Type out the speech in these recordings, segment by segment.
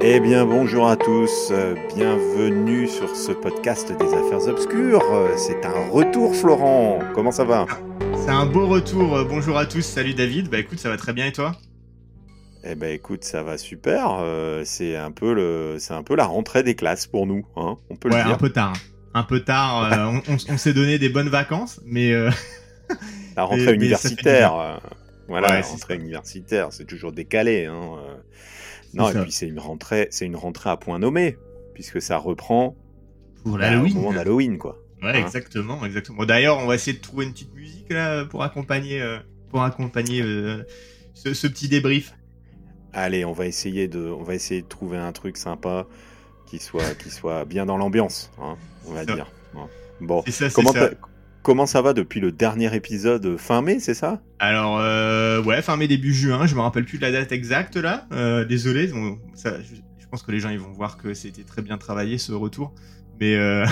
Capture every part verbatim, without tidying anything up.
Eh bien bonjour à tous, euh, bienvenue sur ce podcast des affaires obscures. Euh, C'est un retour Florent, comment ça va? C'est un beau retour. Euh, Bonjour à tous. Salut David. Bah écoute, ça va très bien et toi? Eh ben écoute, ça va super. euh, c'est un peu le, c'est un peu la rentrée des classes pour nous, hein, on peut le Ouais, un dire. peu tard. Un peu tard. euh, on on- on s'est donné des bonnes vacances, mais, euh, La mais, rentrée mais ça fait du bien. universitaire, euh, voilà, Ouais, la c'est rentrée ça. universitaire, c'est toujours décalé, hein. euh. C'est Non, et ça. puis c'est une rentrée, c'est une rentrée à point nommé, puisque ça reprend Pour bah, au moment l'Halloween. d'Halloween, quoi. Ouais, Hein. exactement, exactement. Bon, d'ailleurs, on va essayer de trouver une petite musique là pour accompagner, euh, pour accompagner euh, ce, ce petit débrief. Allez, on va essayer de, on va essayer de trouver un truc sympa qui soit, qui soit bien dans l'ambiance, hein, on va C'est ça. dire. Hein. Bon, C'est ça, c'est comment, ça. t'as- comment ça va depuis le dernier épisode fin mai, c'est ça? Alors, euh, ouais, fin mai, début juin, je me rappelle plus de la date exacte là. Euh, désolé, bon, ça, je, je pense que les gens ils vont voir que c'était très bien travaillé ce retour. Mais euh,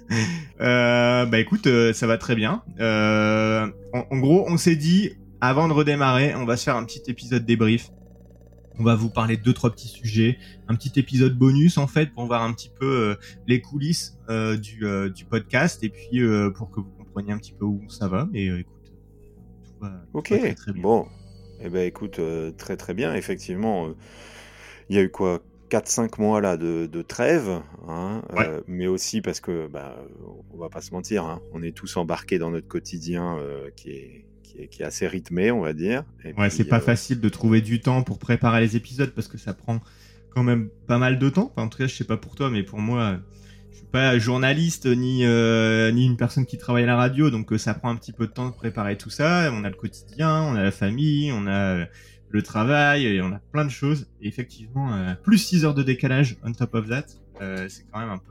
euh, bah écoute, euh, ça va très bien. Euh, en, en gros, on s'est dit avant de redémarrer, on va se faire un petit épisode débrief. On va vous parler de deux trois petits sujets, un petit épisode bonus en fait pour voir un petit peu euh, les coulisses euh, du, euh, du podcast et puis euh, pour que vous compreniez un petit peu où ça va. Mais euh, écoute, tout va, tout Ok, va très très bien. bon. Eh ben écoute, euh, très très bien. Effectivement, euh, il y a eu quoi, quatre cinq mois là de, de trêve, hein, Ouais. euh, mais aussi parce que, bah, on va pas se mentir, hein, on est tous embarqués dans notre quotidien euh, qui est, qui est, qui est assez rythmé, on va dire. Et Ouais, c'est puis, pas euh, facile de trouver du temps pour préparer les épisodes parce que ça prend quand même pas mal de temps. Enfin, en tout cas, je sais pas pour toi, mais pour moi, je suis pas journaliste ni euh, ni une personne qui travaille à la radio, donc euh, ça prend un petit peu de temps de préparer tout ça. On a le quotidien, on a la famille, on a euh, le travail, et on a plein de choses. Et effectivement, euh, plus six heures de décalage on top of that, euh, c'est quand même un peu.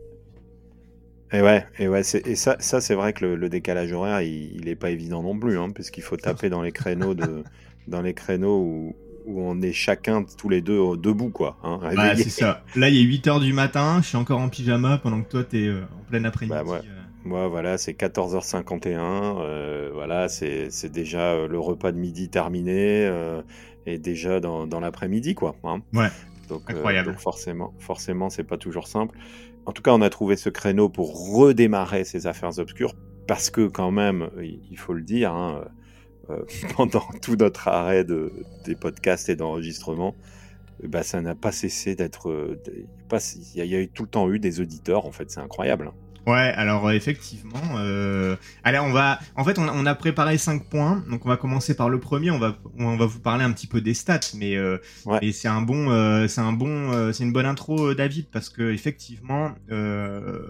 Et ouais, et ouais, c'est, et ça, ça c'est vrai que le, le décalage horaire, il, il est pas évident non plus, hein, puisqu'il faut taper dans les créneaux de, dans les créneaux où, où on est chacun tous les deux euh, debout, quoi, hein, Bah, réveillés. c'est ça. Là, il est huit heures du matin, je suis encore en pyjama pendant que toi, t'es euh, en plein Bah moi, après-midi. euh. moi voilà, c'est quatorze heures cinquante et un, euh, voilà, c'est, c'est déjà euh, le repas de midi terminé euh, et déjà dans, dans l'après-midi, quoi, hein. Ouais, Donc, euh, donc incroyable. forcément, forcément, c'est pas toujours simple. En tout cas, on a trouvé ce créneau pour redémarrer ces affaires obscures parce que quand même, il il faut le dire, hein, euh, pendant tout notre arrêt de, des podcasts et d'enregistrement, euh, bah, ça n'a pas cessé d'être. euh, de- Il y a pas- il y, a il y a eu tout le temps eu des auditeurs, en fait, c'est incroyable. Hein. Ouais, alors euh, effectivement, euh... allez, on va, en fait, on a, on a préparé cinq points, donc on va commencer par le premier. On va, on va vous parler un petit peu des stats, mais euh, Ouais. mais c'est un bon, euh, c'est un bon, euh, c'est une bonne intro, euh, David, parce que effectivement, euh,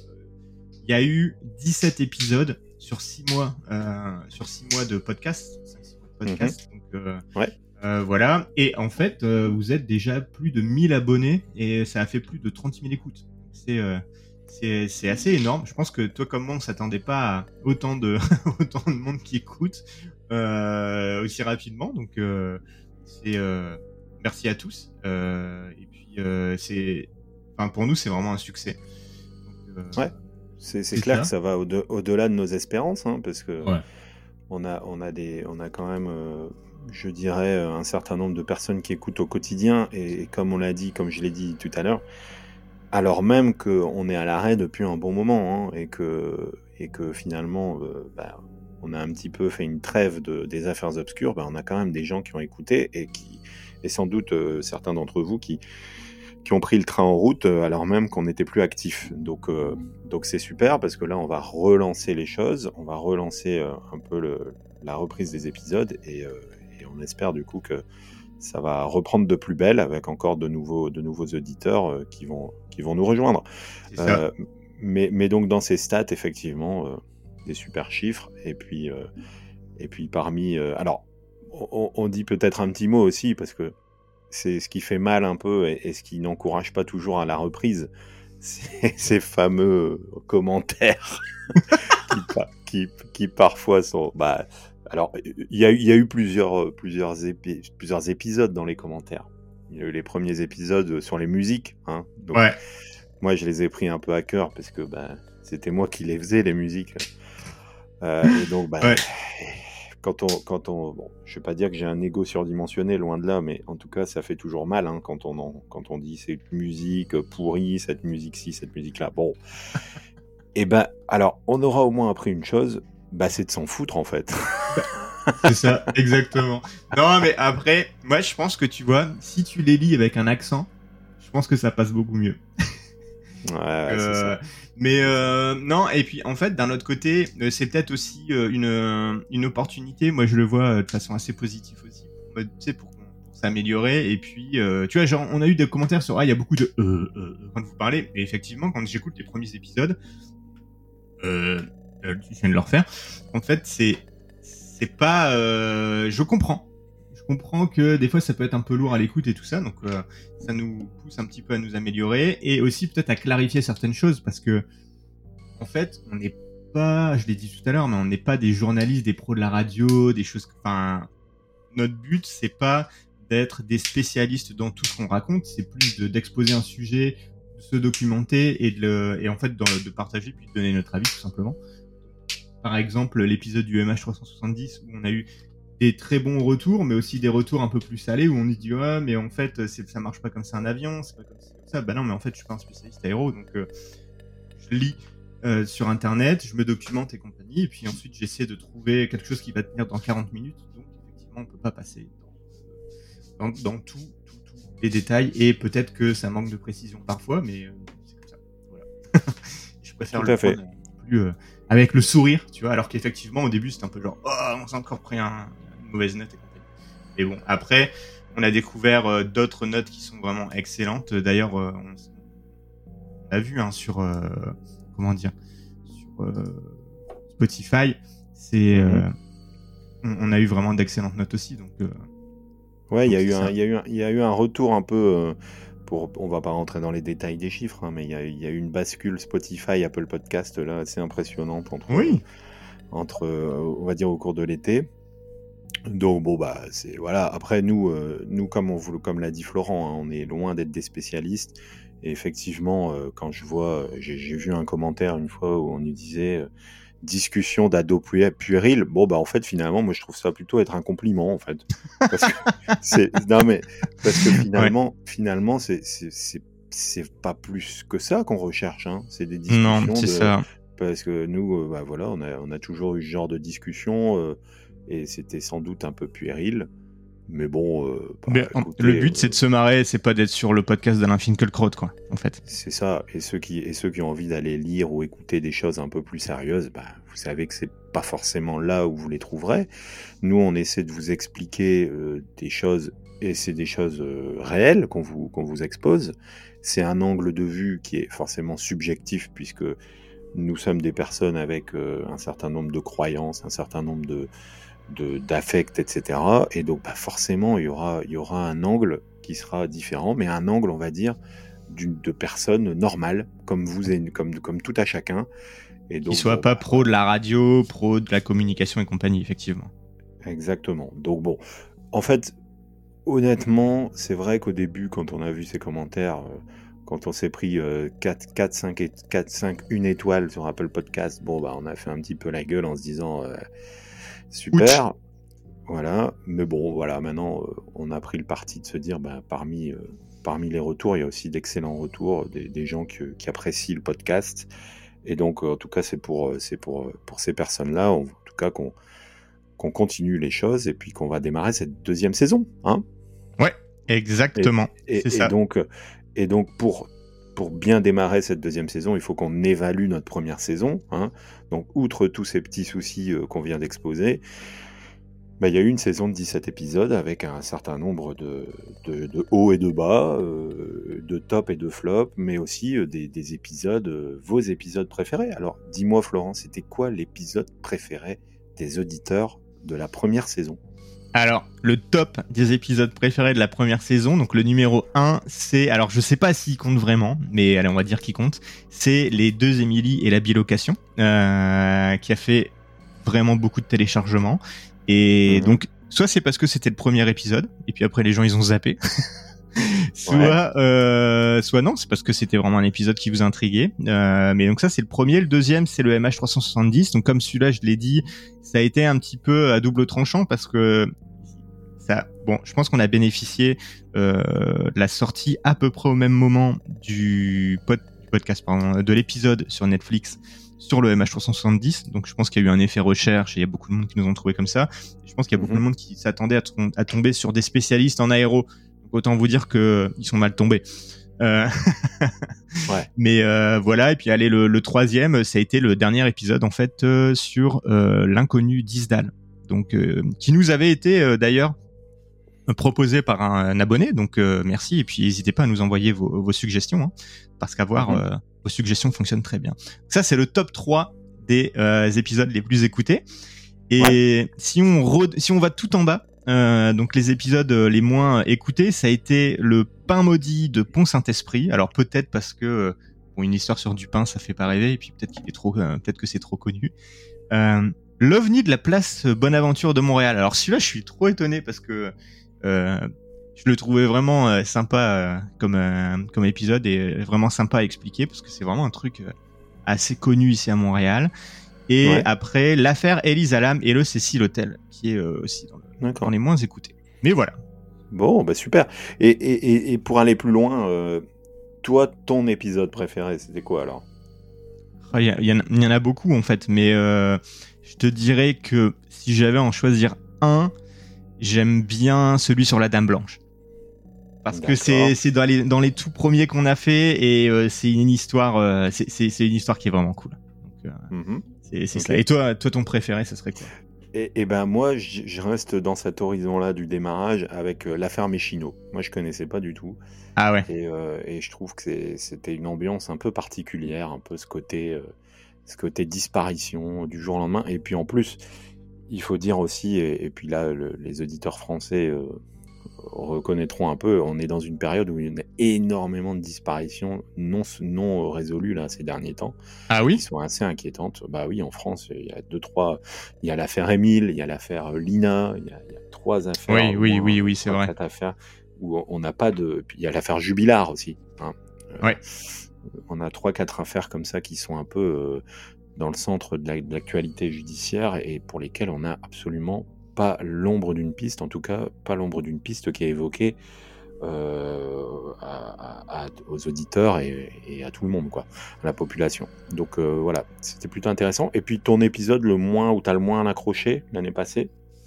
il y a eu dix-sept épisodes sur six mois, euh, sur six mois de podcast, cinq, six mois de Mhm. podcast, donc. Euh, Ouais. euh, voilà, et en fait, euh, vous êtes déjà plus de mille abonnés et ça a fait plus de trente mille écoutes. Donc, C'est euh, c'est c'est assez énorme. Je pense que toi comme moi, on s'attendait pas à autant de autant de monde qui écoute euh, aussi rapidement. Donc euh, c'est euh, merci à tous. Euh, et puis euh, c'est, enfin pour nous, c'est vraiment un succès. Donc, euh, Ouais. C'est, c'est c'est clair que ça. ça va au-de- au-delà de nos espérances, hein, parce que Ouais. on a, on a, des, on a quand même, euh, je dirais, euh, un certain nombre de personnes qui écoutent au quotidien, et, et comme on l'a dit, comme je l'ai dit tout à l'heure, alors même qu'on est à l'arrêt depuis un bon moment, hein, et, que, et que finalement, euh, bah, on a un petit peu fait une trêve de, des affaires obscures, bah, on a quand même des gens qui ont écouté, et, qui, et sans doute euh, certains d'entre vous qui, qui ont pris le train en route euh, alors même qu'on n'était plus actif. Donc, euh, donc c'est super parce que là, on va relancer les choses, on va relancer euh, un peu le, la reprise des épisodes et, euh, et on espère du coup que ça va reprendre de plus belle avec encore de nouveaux, de nouveaux auditeurs euh, qui, vont, qui vont nous rejoindre. C'est ça. Euh, mais, mais donc dans ces stats, effectivement, euh, des super chiffres. Et puis, euh, et puis parmi... euh, alors, on, on dit peut-être un petit mot aussi parce que c'est ce qui fait mal un peu et, et ce qui n'encourage pas toujours à la reprise, c'est ces fameux commentaires qui, pa- qui, qui parfois sont... Bah, alors, il y a, eu- il y a eu plusieurs, plusieurs, épi- plusieurs épisodes dans les commentaires. Il y a eu les premiers épisodes sur les musiques. Hein, donc, Ouais. moi, je les ai pris un peu à cœur parce que bah, c'était moi qui les faisais, les musiques. Euh, et donc, bah, Ouais. quand on, quand on, bon, je vais pas dire que j'ai un ego surdimensionné, loin de là, mais en tout cas, ça fait toujours mal hein, quand on en, quand on dit cette musique pourrie, cette musique-ci, cette musique-là. Bon, et ben, alors, on aura au moins appris une chose, bah, c'est de s'en foutre en fait. C'est ça, exactement. Non, mais après, moi, je pense que tu vois, si tu les lis avec un accent, je pense que ça passe beaucoup mieux. Ouais, ouais, c'est Euh, ça. mais euh, non, et puis en fait, d'un autre côté, euh, c'est peut-être aussi euh, une euh, une opportunité. Moi, je le vois euh, de façon assez positive aussi. En mode, tu sais, pour, pour s'améliorer. Et puis, euh, tu vois, genre, on a eu des commentaires sur ah, il y a beaucoup de euh, euh, quand vous parlez. Et effectivement, quand j'écoute les premiers épisodes, euh, euh, je viens de le refaire. En fait, c'est c'est pas, euh, je comprends. Je comprends que des fois ça peut être un peu lourd à l'écoute et tout ça, donc euh, ça nous pousse un petit peu à nous améliorer et aussi peut-être à clarifier certaines choses parce que en fait on n'est pas, je l'ai dit tout à l'heure, mais on n'est pas des journalistes, des pros de la radio, des choses. Enfin, notre but c'est pas d'être des spécialistes dans tout ce qu'on raconte, c'est plus de, d'exposer un sujet, de se documenter et de le, et en fait de, de partager puis de donner notre avis tout simplement. Par exemple, l'épisode du M H trois cent soixante-dix où on a eu des très bons retours, mais aussi des retours un peu plus salés où on nous dit ouais, mais en fait, c'est, ça marche pas comme ça un avion, c'est pas comme ça. Bah non, mais en fait, je suis pas un spécialiste aéro, donc euh, je lis euh, sur internet, je me documente et compagnie, et puis ensuite j'essaie de trouver quelque chose qui va tenir dans quarante minutes. Donc effectivement, on peut pas passer dans, dans, dans tout, tout, tout les détails, et peut-être que ça manque de précision parfois, mais euh, c'est comme ça. Voilà. Je préfère Tout le à fait. prendre plus euh, avec le sourire, tu vois, alors qu'effectivement au début c'était un peu genre oh, on s'est encore pris un mauvaise note et compagnie. Et bon, après, on a découvert euh, d'autres notes qui sont vraiment excellentes. D'ailleurs, euh, on, on a vu hein, sur euh, comment dire, sur euh, Spotify, c'est euh, mm-hmm. on, on a eu vraiment d'excellentes notes aussi. Donc, euh, ouais, il y a eu un, il y a eu un, il y a eu un retour un peu. Euh, pour, on va pas rentrer dans les détails des chiffres, hein, mais il y a, il y a eu une bascule Spotify, Apple Podcast là assez impressionnante entre, oui. euh, entre, euh, on va dire au cours de l'été. Donc bon bah c'est voilà. Après nous, euh, nous comme on vous, comme l'a dit Florent, hein, on est loin d'être des spécialistes. Et effectivement, euh, quand je vois, j'ai, j'ai vu un commentaire une fois où on nous disait euh, discussion d'ado puéril. Bon bah en fait finalement, moi je trouve ça plutôt être un compliment en fait. Parce que c'est non mais parce que finalement, ouais. finalement c'est c'est c'est c'est pas plus que ça qu'on recherche. Hein. C'est des discussions. Non, c'est de, ça. Parce que nous, euh, bah voilà, on a on a toujours eu ce genre de discussion. Euh, Et c'était sans doute un peu puéril, mais bon. Euh, bah, mais, écoutez, le but, euh, c'est de se marrer, c'est pas d'être sur le podcast d'Alain Finkielkraut, quoi, en fait. C'est ça. Et ceux qui, et ceux qui ont envie d'aller lire ou écouter des choses un peu plus sérieuses, bah, vous savez que c'est pas forcément là où vous les trouverez. Nous, on essaie de vous expliquer euh, des choses, et c'est des choses euh, réelles qu'on vous, qu'on vous expose. C'est un angle de vue qui est forcément subjectif, puisque nous sommes des personnes avec euh, un certain nombre de croyances, un certain nombre de de d'affect, et cetera. Et donc, bah, forcément, il y aura, il y aura un angle qui sera différent, mais un angle, on va dire, d'une, de personnes normales, comme vous et comme, comme tout à chacun. Et donc, qui soit bon, pas bah, pro de la radio, pro de la communication et compagnie, effectivement. Exactement. Donc bon, en fait, honnêtement, c'est vrai qu'au début, quand on a vu ces commentaires, euh, quand on s'est pris euh, quatre, quatre, cinq, quatre, cinq, une étoile sur Apple Podcast, bon, bah, on a fait un petit peu la gueule en se disant... Euh, super, Ouch. Voilà, mais bon, voilà, maintenant, euh, on a pris le parti de se dire, bah, parmi, euh, parmi les retours, il y a aussi d'excellents retours, des, des gens qui, qui apprécient le podcast, et donc, euh, en tout cas, c'est pour, c'est pour, pour ces personnes-là, on, en tout cas, qu'on, qu'on continue les choses, et puis qu'on va démarrer cette deuxième saison, hein. Ouais, exactement, et, et, c'est et ça. Donc, et donc, pour... Pour bien démarrer cette deuxième saison, il faut qu'on évalue notre première saison. Hein. Donc, outre tous ces petits soucis euh, qu'on vient d'exposer, bah, il y a eu une saison de dix-sept épisodes avec un certain nombre de, de, de hauts et de bas, euh, de top et de flop, mais aussi euh, des, des épisodes, euh, vos épisodes préférés. Alors, dis-moi, Florent, c'était quoi l'épisode préféré des auditeurs de la première saison ? Alors, le top des épisodes préférés de la première saison, donc le numéro un, c'est... Alors, je sais pas s'il compte vraiment, mais allez, on va dire qu'il compte. C'est les deux Émilie et la bilocation, euh, qui a fait vraiment beaucoup de téléchargements. Et mmh. donc, soit c'est parce que c'était le premier épisode, et puis après les gens, ils ont zappé. soit, Ouais. euh, soit non, c'est parce que c'était vraiment un épisode qui vous intriguait. Euh, mais donc ça, c'est le premier. Le deuxième, c'est le M H trois cent soixante-dix. Donc comme celui-là, je l'ai dit, ça a été un petit peu à double tranchant parce que ça, bon, je pense qu'on a bénéficié euh, de la sortie à peu près au même moment du, pod, du podcast, pardon, de l'épisode sur Netflix sur le M H trois cent soixante-dix. Donc je pense qu'il y a eu un effet recherche et il y a beaucoup de monde qui nous ont trouvé comme ça. Je pense qu'il y a beaucoup Mhm. de monde qui s'attendait à, tom- à tomber sur des spécialistes en aéro. Donc autant vous dire que ils sont mal tombés. Euh... Ouais. Mais euh, voilà, et puis allez, le, le troisième, ça a été le dernier épisode en fait euh, sur euh, l'inconnu d'Isdal. Donc euh, qui nous avait été euh, d'ailleurs proposé par un, un abonné, donc euh, merci, et puis n'hésitez pas à nous envoyer vos, vos suggestions, hein, parce qu'avoir Mhm. euh, vos suggestions fonctionnent très bien. Ça, c'est le top trois des euh, épisodes les plus écoutés. Et Ouais. si on re- si on va tout en bas, euh, donc les épisodes les moins écoutés, ça a été le pain maudit de Pont Saint-Esprit. Alors peut-être parce que euh, bon, une histoire sur du pain, ça fait pas rêver, et puis peut-être qu'il est trop, euh, peut-être que c'est trop connu. Euh, L'OVNI de la place Bonaventure de Montréal. Alors celui-là, je suis trop étonné parce que euh, je le trouvais vraiment euh, sympa euh, comme euh, comme épisode et vraiment sympa à expliquer parce que c'est vraiment un truc euh, assez connu ici à Montréal. Et Ouais. après, l'affaire Élise Alam et le Cecil Hotel, qui est euh, aussi dans, le, dans D'accord. les moins écoutés. Mais voilà. Bon, bah super. Et, et, et, et pour aller plus loin, euh, toi, ton épisode préféré, c'était quoi alors? Il y, y, y en a beaucoup en fait, mais euh, je te dirais que si j'avais à en choisir un, j'aime bien celui sur la Dame Blanche. Parce que c'est c'est dans les dans les tout premiers qu'on a fait et euh, c'est une histoire euh, c'est c'est c'est une histoire qui est vraiment cool. Donc euh, Mhm. c'est c'est Ok. ça. Et toi toi ton préféré, ça serait quoi? Et, et ben moi, j- je reste dans cet horizon-là du démarrage avec euh, l'affaire Méchineau. Moi, je connaissais pas du tout. Ah ouais. Et, euh, et je trouve que c'est- c'était une ambiance un peu particulière, un peu ce côté, euh, ce côté disparition du jour au lendemain. Et puis en plus, il faut dire aussi, et, et puis là, le- les auditeurs français euh, reconnaîtront un peu, on est dans une période où il y a énormément de disparitions non, non résolues là, ces derniers temps, Ah qui oui. sont assez inquiétantes. Bah oui, en France, il y a deux, trois. Il y a l'affaire Émile, il y a l'affaire Lina, il y a, il y a trois affaires, Oui au oui moins, oui oui c'est trois, vrai. quatre affaires où on n'a pas de. Puis il y a l'affaire Jubilard aussi. Hein. Euh, Ouais. On a trois, quatre affaires comme ça qui sont un peu euh, dans le centre de la- de l'actualité judiciaire et pour lesquelles on n'a absolument pas l'ombre d'une piste, en tout cas pas l'ombre d'une piste qui est évoquée euh, à- à- à- aux auditeurs et, et à tout le monde, quoi, à la population. Donc euh, voilà, c'était plutôt intéressant. Et puis ton épisode le moins où t'as le moins accroché l'année passée?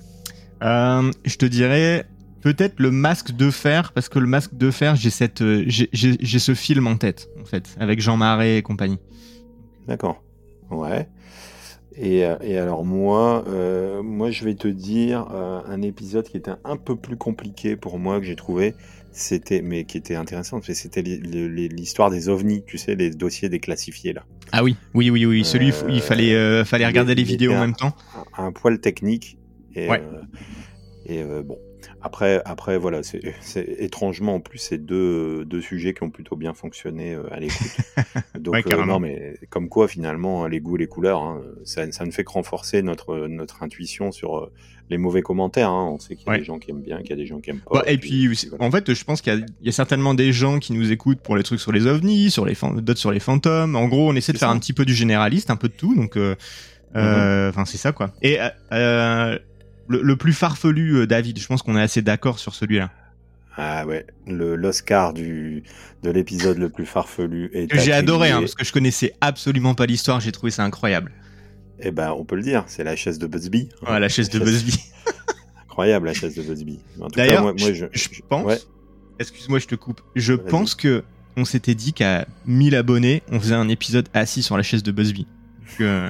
Euh, je te dirais peut-être le Masque de fer parce que le Masque de fer, j'ai cette euh, j'ai j'ai j'ai ce film en tête en fait avec Jean Marais et compagnie. D'accord. Ouais. Et, euh, et alors moi, euh, moi je vais te dire euh, un épisode qui était un peu plus compliqué pour moi que j'ai trouvé, c'était mais qui était intéressant, c'est- c'était li- li- li- l'histoire des ovnis, tu sais, les dossiers déclassifiés là. Ah oui oui oui oui celui Euh, il fallait euh, fallait il, regarder est- les il vidéos était en un, même temps. un- un poil technique et, Ouais. euh, et euh, bon. Après, après voilà, c'est c'est- étrangement en plus c'est deux, deux sujets qui ont plutôt bien fonctionné euh, à l'écoute. Donc Ouais euh, carrément. non mais comme quoi finalement hein, les goûts et les couleurs, hein, ça, ça ne fait que renforcer notre, notre intuition sur euh, les mauvais commentaires. Hein. On sait qu'il y a Ouais. des gens qui aiment bien, qu'il y a des gens qui aiment pas. Bah, et et puis, puis voilà. en fait, je pense qu'il y a, il y a certainement des gens qui nous écoutent pour les trucs sur les ovnis, sur les fan- d'autres sur les fantômes. En gros, on essaie de C'est faire ça. un petit peu du généraliste, un peu de tout. Donc, euh, euh, enfin, c'est ça quoi. Et euh, euh, le, le plus farfelu, euh, David, je pense qu'on est assez d'accord sur celui-là. Ah ouais, le l'Oscar du de l'épisode le plus farfelu est Que j'ai adoré, hein, attribué. parce que je connaissais absolument pas l'histoire. J'ai trouvé ça incroyable. Eh ben on peut le dire, c'est la chaise de Busby. hein. Ouais, la chaise de La chaise- Busby. Incroyable la chaise de Busby. En tout cas, D'ailleurs, moi, moi, je, je, je pense. ouais. Excuse-moi, je te coupe. Je Vas-y. pense que on s'était dit qu'à mille abonnés, on faisait un épisode assis sur la chaise de Busby. Donc, euh,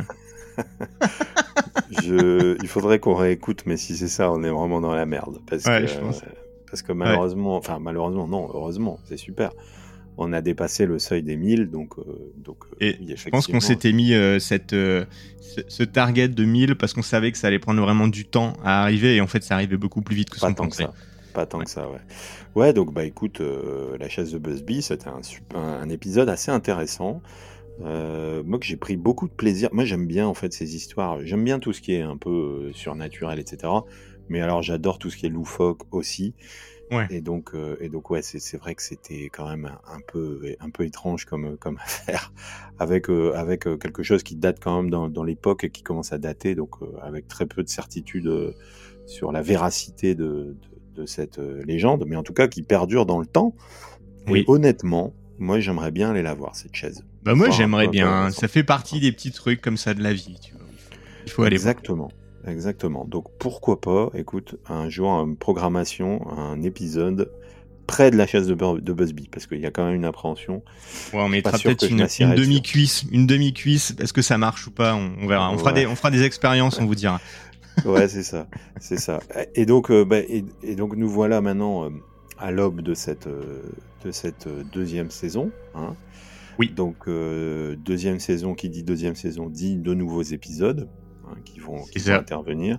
Je, il faudrait qu'on réécoute, mais si c'est ça, on est vraiment dans la merde. Parce Ouais, que, je pense. euh, parce que malheureusement, enfin malheureusement, non, heureusement, c'est super. On a dépassé le seuil des mille, donc, euh, donc. euh, Et oui, je pense qu'on effectivement. s'était mis euh, cette, euh, ce, ce target de mille parce qu'on savait que ça allait prendre vraiment du temps à arriver et en fait ça arrivait beaucoup plus vite que ce Pas qu'on tant que pensait. ça. Pas tant que ça, ouais. Ouais, donc bah écoute, euh, la chaise de Busby, c'était un, super, un épisode assez intéressant. Euh, moi que j'ai pris beaucoup de plaisir. Moi j'aime bien en fait ces histoires. J'aime bien tout ce qui est un peu euh, surnaturel, et cetera. Mais alors j'adore tout ce qui est loufoque aussi. Ouais. Et donc, euh, et donc ouais, c'est, c'est vrai que c'était quand même un, un peu, un peu étrange comme, comme affaire, avec, euh, avec euh, quelque chose qui date quand même dans, dans l'époque et qui commence à dater, donc euh, avec très peu de certitude euh, sur la véracité de, de, de cette euh, légende, mais en tout cas qui perdure dans le temps. Et Oui. honnêtement, moi j'aimerais bien aller la voir, cette chaise. Bah moi Voir un j'aimerais peu à quoi elle bien. ressemble. Ça fait partie des petits trucs comme ça de la vie, tu vois. Il faut, il faut aller voir. Exactement. Exactement. Donc pourquoi pas, écoute, un jour, une programmation, un épisode près de la chaise de, Bur- de Busby, parce qu'il y a quand même une appréhension. Ouais, on Je suis pas mettra sûr peut-être que je une, une m'assierai dessus. demi-cuisse, une demi-cuisse. Est-ce que ça marche ou pas? On, on verra. On fera Ouais. des, on fera des expériences, on vous dira. Ouais, c'est ça, c'est ça. Et donc, euh, bah, et, et donc nous voilà maintenant euh, à l'aube de cette euh, de cette euh, deuxième saison. Hein. Oui. Donc euh, deuxième saison, qui dit deuxième saison dit de nouveaux épisodes hein, qui vont qui C'est vont ça. intervenir.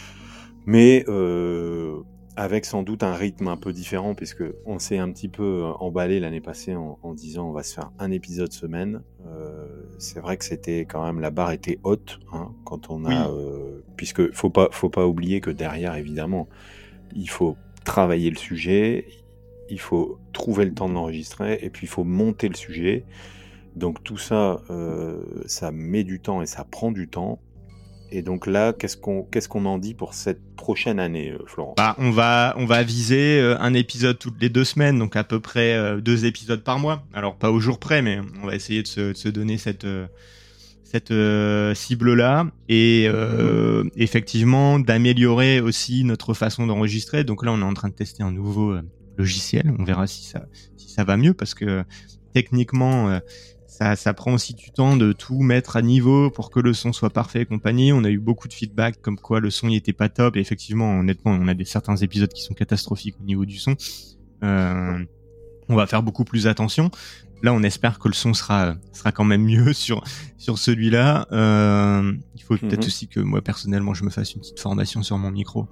Mais euh, avec sans doute un rythme un peu différent, puisque on s'est un petit peu emballé l'année passée en, en disant on va se faire un épisode semaine. Euh, c'est vrai que c'était quand même, la barre était haute hein, quand on a, Oui. euh, puisque faut pas faut pas oublier que derrière évidemment il faut travailler le sujet, il faut trouver le temps de l'enregistrer et puis il faut monter le sujet. Donc tout ça, euh, ça met du temps et ça prend du temps. Et donc là, qu'est-ce qu'on qu'est-ce qu'on en dit pour cette prochaine année, euh, Florent? Bah, on va, on va viser euh, un épisode toutes les deux semaines, donc à peu près euh, deux épisodes par mois. Alors pas au jour près, mais on va essayer de se, de se donner cette, euh, cette euh, cible-là et euh, mmh. effectivement d'améliorer aussi notre façon d'enregistrer. Donc là, on est en train de tester un nouveau euh, logiciel. On verra si ça, si ça va mieux parce que techniquement. Euh, Ça, ça prend aussi du temps de tout mettre à niveau pour que le son soit parfait et compagnie. On a eu beaucoup de feedback comme quoi le son n'était pas top. Et effectivement, honnêtement, on a des certains épisodes qui sont catastrophiques au niveau du son. Euh, on va faire beaucoup plus attention. Là, on espère que le son sera sera quand même mieux sur sur celui-là. Euh, il faut peut-être Mhm. aussi que moi personnellement, je me fasse une petite formation sur mon micro.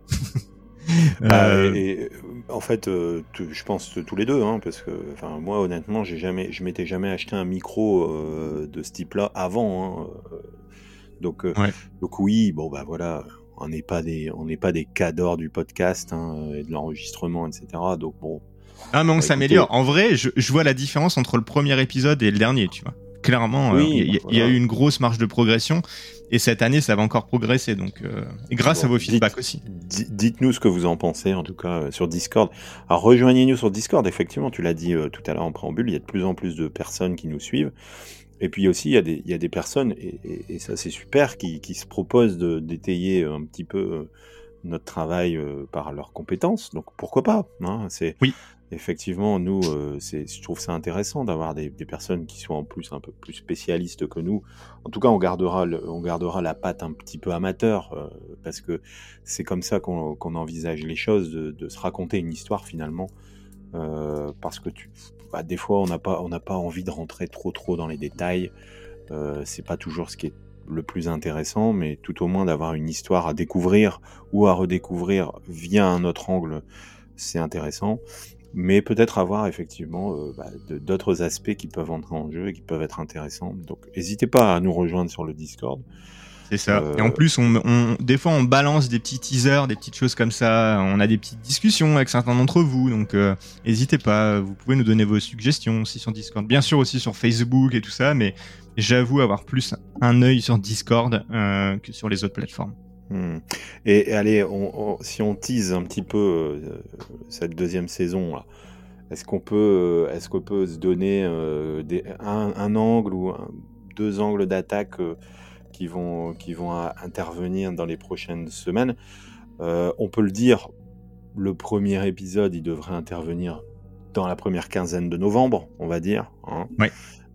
Bah, euh, et, et, en fait, euh, tu- je pense tous les deux, hein, parce que, enfin, moi, honnêtement, j'ai jamais, je m'étais jamais acheté un micro euh, de ce type-là avant. Hein, euh, donc, euh, ouais. donc oui, bon bah voilà, on n'est pas des, on n'est pas des cadors du podcast hein, et de l'enregistrement, et cetera. Donc bon. Ah mais on Bah, s'améliore. écoutez, En vrai, je, je vois la différence entre le premier épisode et le dernier, tu vois. Clairement, il euh, oui, y, bah, y, voilà. y a eu une grosse marge de progression et cette année, ça va encore progresser. Donc, euh, et grâce Bon, à vos dites, feedbacks aussi. di- dites-nous ce que vous en pensez, en tout cas euh, sur Discord. Alors rejoignez-nous sur Discord, effectivement, tu l'as dit euh, tout à l'heure en préambule, il y a de plus en plus de personnes qui nous suivent. Et puis aussi, il y a des, il y a des personnes, et, et, et ça c'est super, qui, qui se proposent de, d'étayer un petit peu euh, notre travail euh, par leurs compétences. Donc pourquoi pas hein, c'est, Oui. Effectivement, nous, euh, c'est, je trouve ça intéressant d'avoir des, des personnes qui soient en plus un peu plus spécialistes que nous. En tout cas, on gardera, le, on gardera la patte un petit peu amateur, euh, parce que c'est comme ça qu'on, qu'on envisage les choses, de, de se raconter une histoire finalement. Euh, parce que tu, bah, des fois, on n'a pas, on n'a pas envie de rentrer trop trop dans les détails. Euh, c'est pas toujours ce qui est le plus intéressant, mais tout au moins d'avoir une histoire à découvrir ou à redécouvrir via un autre angle, c'est intéressant. Mais peut-être avoir effectivement euh, bah, de, d'autres aspects qui peuvent entrer en jeu et qui peuvent être intéressants. Donc, n'hésitez pas à nous rejoindre sur le Discord. C'est ça. Euh, Et en plus, on, on, des fois, on balance des petits teasers, des petites choses comme ça. On a des petites discussions avec certains d'entre vous. Donc, euh, n'hésitez pas. Vous pouvez nous donner vos suggestions aussi sur Discord. Bien sûr, aussi sur Facebook et tout ça. Mais j'avoue avoir plus un œil sur Discord euh, que sur les autres plateformes. Hmm. Et, et allez, on, on, si on tease un petit peu euh, cette deuxième saison, là, est-ce qu'on peut, est-ce qu'on peut se donner euh, des, un, un angle ou un, deux angles d'attaque euh, qui vont, qui vont intervenir dans les prochaines semaines? euh, On peut le dire, le premier épisode, il devrait intervenir dans la première quinzaine de novembre, on va dire. Hein. Ouais.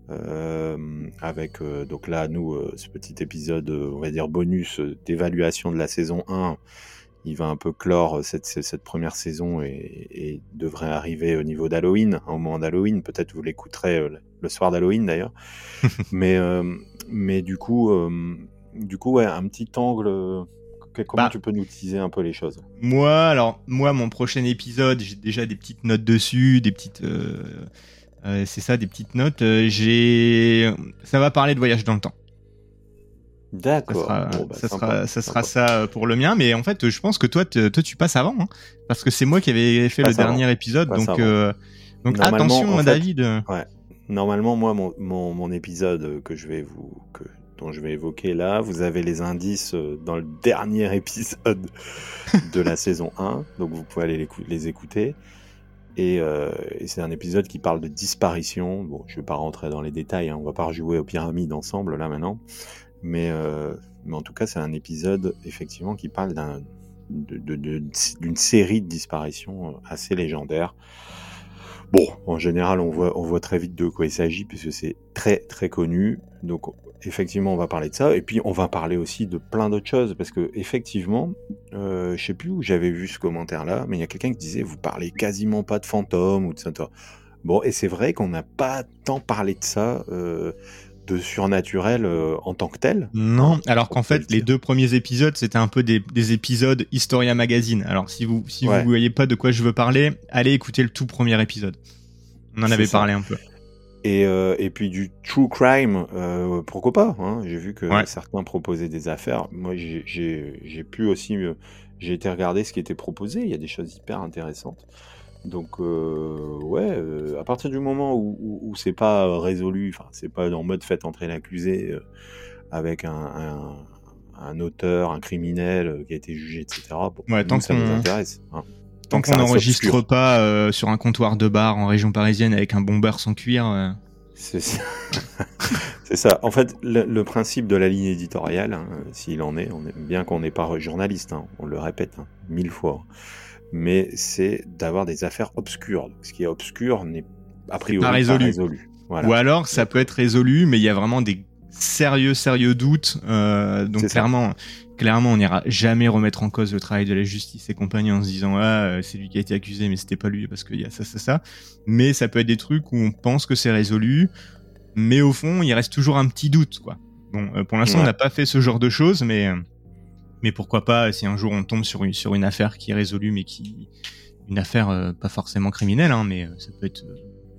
Euh, avec euh, donc là nous euh, ce petit épisode euh, on va dire bonus euh, d'évaluation de la saison un, il va un peu clore cette, cette première saison et, et devrait arriver au niveau d'Halloween, au moment d'Halloween, peut-être vous l'écouterez euh, le soir d'Halloween d'ailleurs. mais, euh, mais du coup euh, du coup ouais, un petit angle euh, comment bah, tu peux nous teaser un peu les choses? Moi alors moi mon prochain épisode j'ai déjà des petites notes dessus, des petites euh... Euh, c'est ça, des petites notes. Euh, j'ai, ça va parler de voyage dans le temps. D'accord. Ça sera, Bon, bah, ça, sympa, sera, ça sera sympa. ça pour le mien, mais en fait, je pense que toi, te, toi tu passes avant, hein, parce que c'est moi qui avais fait Passe le avant. dernier épisode, Passe donc, avant. euh, donc Normalement, attention, en fait, David. Ouais. Normalement, moi, mon, mon, mon épisode que je vais vous, que, dont je vais évoquer là, vous avez les indices dans le dernier épisode de la saison un, donc vous pouvez aller les, les écouter. Et, euh, et c'est un épisode qui parle de disparition. Bon, je vais pas rentrer dans les détails, hein, on va pas rejouer aux pyramides ensemble là maintenant. Mais, euh, mais en tout cas, c'est un épisode effectivement qui parle d'un, de, de, de, d'une série de disparitions assez légendaires. Bon, en général, on voit, on voit très vite de quoi il s'agit puisque c'est très très connu. Donc effectivement, on va parler de ça. Et puis on va parler aussi de plein d'autres choses parce que effectivement, euh, je sais plus où j'avais vu ce commentaire-là, mais il y a quelqu'un qui disait vous parlez quasiment pas de fantômes ou de ça. Bon, et c'est vrai qu'on n'a pas tant parlé de ça. Euh, de surnaturel euh, en tant que tel. Non, hein, alors qu'en fait, les deux premiers épisodes, c'était un peu des, des épisodes Historia Magazine. Alors, si vous si ouais. vous voyez pas de quoi je veux parler, allez écouter le tout premier épisode. On en c'est avait ça. parlé un peu. Et, euh, et puis du true crime, euh, pourquoi pas hein. J'ai vu que ouais. certains proposaient des affaires. Moi, j'ai, j'ai, j'ai pu aussi... Euh, j'ai été regarder ce qui était proposé. Il y a des choses hyper intéressantes. Donc euh, ouais, euh, à partir du moment où, où, où c'est pas résolu, enfin c'est pas en mode fait entrer l'accusé euh, avec un, un, un auteur, un criminel euh, qui a été jugé, et cetera. Bon, ouais, nous, tant ça qu'on... nous intéresse. Hein. Tant, tant qu'on n'enregistre pas euh, sur un comptoir de bar en région parisienne avec un bomber sans cuir. Euh... C'est ça. C'est ça. En fait, le, le principe de la ligne éditoriale, hein, s'il en est, on est bien qu'on n'est pas journaliste, hein, on le répète hein, mille fois. Mais c'est d'avoir des affaires obscures. Donc, ce qui est obscur n'est a priori pas résolu. Pas résolu. Voilà. Ou alors, ça peut être résolu, mais il y a vraiment des sérieux, sérieux doutes. Euh, donc, clairement, clairement, on n'ira jamais remettre en cause le travail de la justice et compagnie en se disant ah, c'est lui qui a été accusé, mais c'était pas lui parce qu'il y a ça, ça, ça. Mais ça peut être des trucs où on pense que c'est résolu, mais au fond, il reste toujours un petit doute, quoi. Bon, euh, pour l'instant, ouais. on n'a pas fait ce genre de choses, mais. Mais pourquoi pas, si un jour on tombe sur une, sur une affaire qui est résolue, mais qui. Une affaire euh, pas forcément criminelle, hein, mais euh, ça peut être.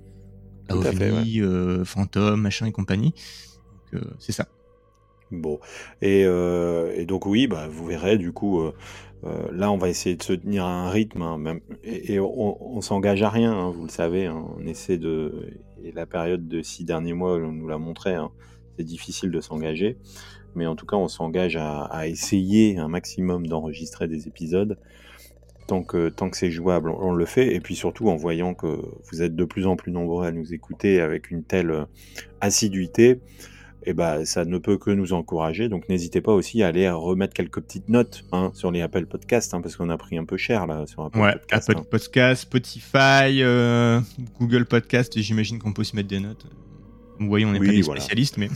Euh, ovni, ouais. euh, fantôme, machin et compagnie. Donc, euh, c'est ça. Bon. Et, euh, et donc, oui, bah, vous verrez, du coup, euh, euh, là, on va essayer de se tenir à un rythme, hein, même, et, et on, on s'engage à rien, hein, vous le savez. Hein, on essaie de. Et la période de six derniers mois, on nous l'a montré, hein, c'est difficile de s'engager. Mais en tout cas, on s'engage à, à essayer un maximum d'enregistrer des épisodes. Tant que, tant que c'est jouable, on, on le fait. Et puis surtout, en voyant que vous êtes de plus en plus nombreux à nous écouter avec une telle assiduité, eh ben, ça ne peut que nous encourager. Donc n'hésitez pas aussi à aller remettre quelques petites notes hein, sur les Apple Podcasts, hein, parce qu'on a pris un peu cher là sur Apple ouais, Podcast. Apple hein. Podcast, Spotify, euh, Google Podcast, j'imagine qu'on peut aussi mettre des notes. Vous voyez, on n'est oui, pas des voilà. spécialistes, mais...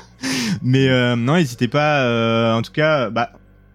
Mais euh, non, n'hésitez pas. Euh, en tout cas, bah,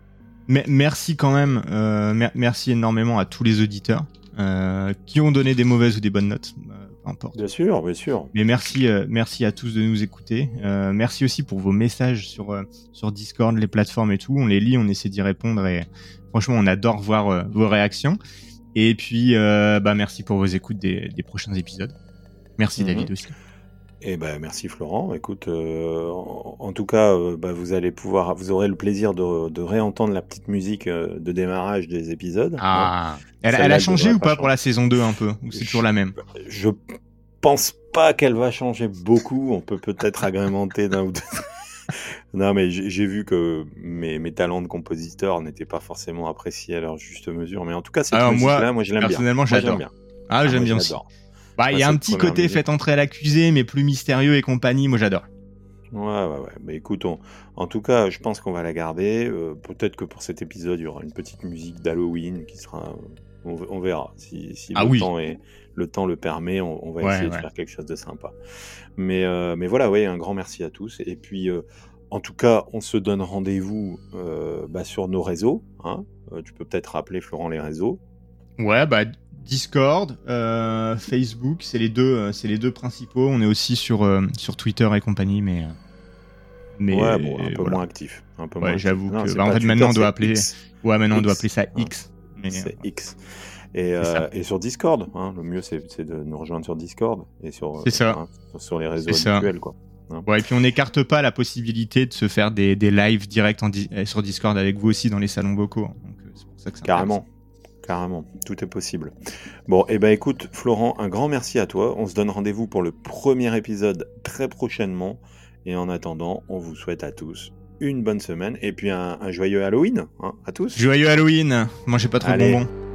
m- merci quand même. Euh, mer- merci énormément à tous les auditeurs euh, qui ont donné des mauvaises ou des bonnes notes. Euh, peu importe. Bien sûr, bien sûr. Mais merci, euh, merci à tous de nous écouter. Euh, merci aussi pour vos messages sur euh, sur Discord, les plateformes et tout. On les lit, on essaie d'y répondre et franchement, on adore voir euh, vos réactions. Et puis, euh, bah, merci pour vos écoutes des, des prochains épisodes. Merci mm-hmm. David aussi. Eh ben merci Florent. Écoute, euh, en, en tout cas, euh, bah, vous allez pouvoir, vous aurez le plaisir de, de réentendre la petite musique euh, de démarrage des épisodes. Ah, hein. elle, elle a changé ou pas, pas pour la saison deux un peu, ou c'est je, toujours la même? Je pense pas qu'elle va changer beaucoup. On peut peut-être agrémenter d'un ou deux. Non, mais j'ai, j'ai vu que mes, mes talents de compositeur n'étaient pas forcément appréciés à leur juste mesure. Mais en tout cas, cette Alors musique-là, moi, moi, je l'aime bien. Personnellement, j'adore. Moi, j'aime bien. Ah, ah, j'aime moi, bien je aussi. l'adore. Bah, il y a un petit côté musique. fait entrer à l'accusé, mais plus mystérieux et compagnie. Moi, j'adore. Ouais, ouais, ouais. Mais écoute, on... en tout cas, je pense qu'on va la garder. Euh, peut-être que pour cet épisode, il y aura une petite musique d'Halloween qui sera. On, on verra. Si, si ah, le, oui. temps est... le temps le permet, on, on va ouais, essayer ouais. de faire quelque chose de sympa. Mais, euh, mais voilà, ouais, un grand merci à tous. Et puis, euh, en tout cas, on se donne rendez-vous euh, bah, sur nos réseaux. Hein. Euh, tu peux peut-être rappeler, Florent, les réseaux. Ouais, bah. Discord, euh, Facebook, c'est les deux, euh, c'est les deux principaux. On est aussi sur euh, sur Twitter et compagnie, mais mais ouais, bon, un peu voilà. moins actif, un peu ouais, moins. J'avoue non, que bah, en fait Twitter, maintenant on doit appeler, X. ouais, maintenant X. on doit appeler ça X. Hein. Mais, c'est euh, X. Et, euh, et sur Discord, hein, le mieux c'est, c'est de nous rejoindre sur Discord et sur c'est ça. Hein, sur, sur les réseaux c'est habituels, ça. quoi. Hein. Ouais, et puis on n'écarte pas la possibilité de se faire des, des lives directs en di- sur Discord avec vous aussi dans les salons vocaux. Hein. Donc c'est pour ça que c'est Carrément. Carrément, tout est possible. Bon, et eh ben écoute, Florent, un grand merci à toi. On se donne rendez-vous pour le premier épisode très prochainement. Et en attendant, on vous souhaite à tous une bonne semaine et puis un, un joyeux Halloween, hein, à tous. Joyeux Halloween, mangez pas trop de Allez. bonbons.